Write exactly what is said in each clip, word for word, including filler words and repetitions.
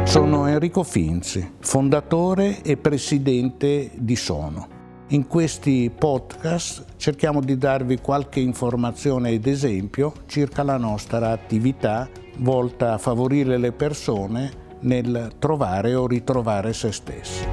Sono Enrico Finzi, fondatore e presidente di Sono. In questi podcast cerchiamo di darvi qualche informazione ed esempio circa la nostra attività volta a favorire le persone nel trovare o ritrovare se stessi.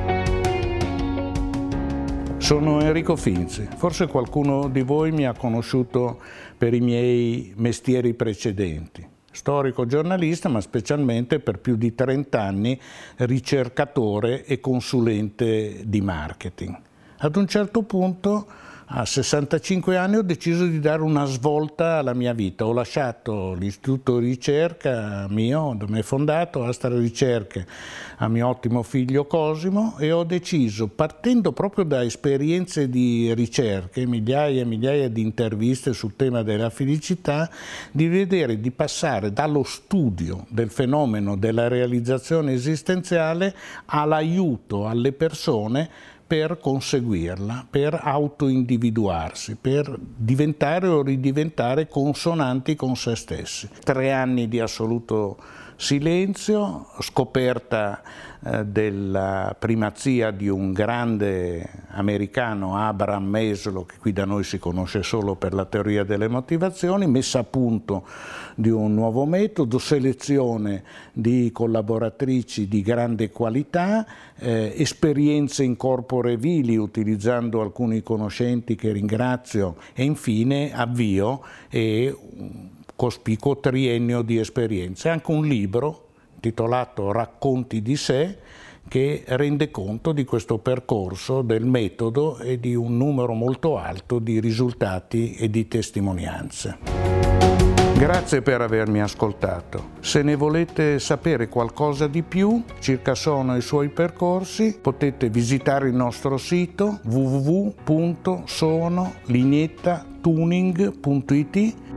Sono Enrico Finzi, forse qualcuno di voi mi ha conosciuto per i miei mestieri precedenti. Storico giornalista, ma specialmente per più di trenta anni ricercatore e consulente di marketing. Ad un certo punto, a sessantacinque anni, ho deciso di dare una svolta alla mia vita. Ho lasciato l'istituto di ricerca mio, dove mi è fondato, Astra Ricerche, a mio ottimo figlio Cosimo, e ho deciso, partendo proprio da esperienze di ricerche, migliaia e migliaia di interviste sul tema della felicità, di vedere, di passare dallo studio del fenomeno della realizzazione esistenziale all'aiuto alle persone per conseguirla, per autoindividuarsi, per diventare o ridiventare consonanti con se stessi. Tre anni di assoluto silenzio, scoperta eh, della primazia di un grande americano, Abraham Maslow, che qui da noi si conosce solo per la teoria delle motivazioni, messa a punto di un nuovo metodo, selezione di collaboratrici di grande qualità, eh, esperienze in corpore vili utilizzando alcuni conoscenti che ringrazio e infine avvio e cospicuo triennio di esperienze. Anche un libro intitolato Racconti di sé che rende conto di questo percorso, del metodo e di un numero molto alto di risultati e di testimonianze. Grazie per avermi ascoltato. Se ne volete sapere qualcosa di più circa Sono e i suoi percorsi, potete visitare il nostro sito w w w punto sono linettatuning punto i t